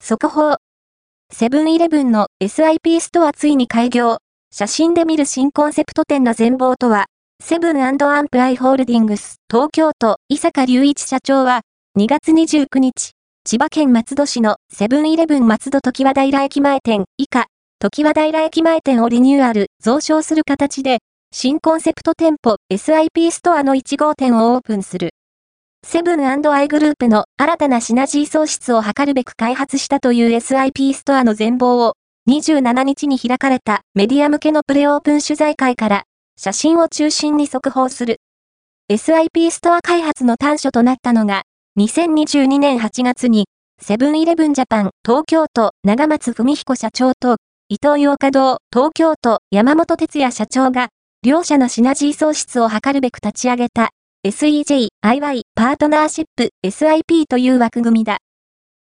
速報。セブンイレブンの SIP ストアついに開業。写真で見る新コンセプト店の全貌とは、セブン&アンプアイホールディングス東京都伊坂隆一社長は、2月29日、千葉県松戸市のセブンイレブン松戸常盤平駅前店以下、常盤平駅前店をリニューアル、増床する形で、新コンセプト店舗 SIP ストアの1号店をオープンする。セブン&アイグループの新たなシナジー創出を図るべく開発したという SIP ストアの全貌を27日に開かれたメディア向けのプレオープン取材会から写真を中心に速報する。SIP ストア開発の端緒となったのが2022年8月にセブンイレブンジャパン東京都長松文彦社長と伊東洋華堂東京都山本哲也社長が両社のシナジー創出を図るべく立ち上げたSEJ/IY パートナーシップ SIP という枠組みだ。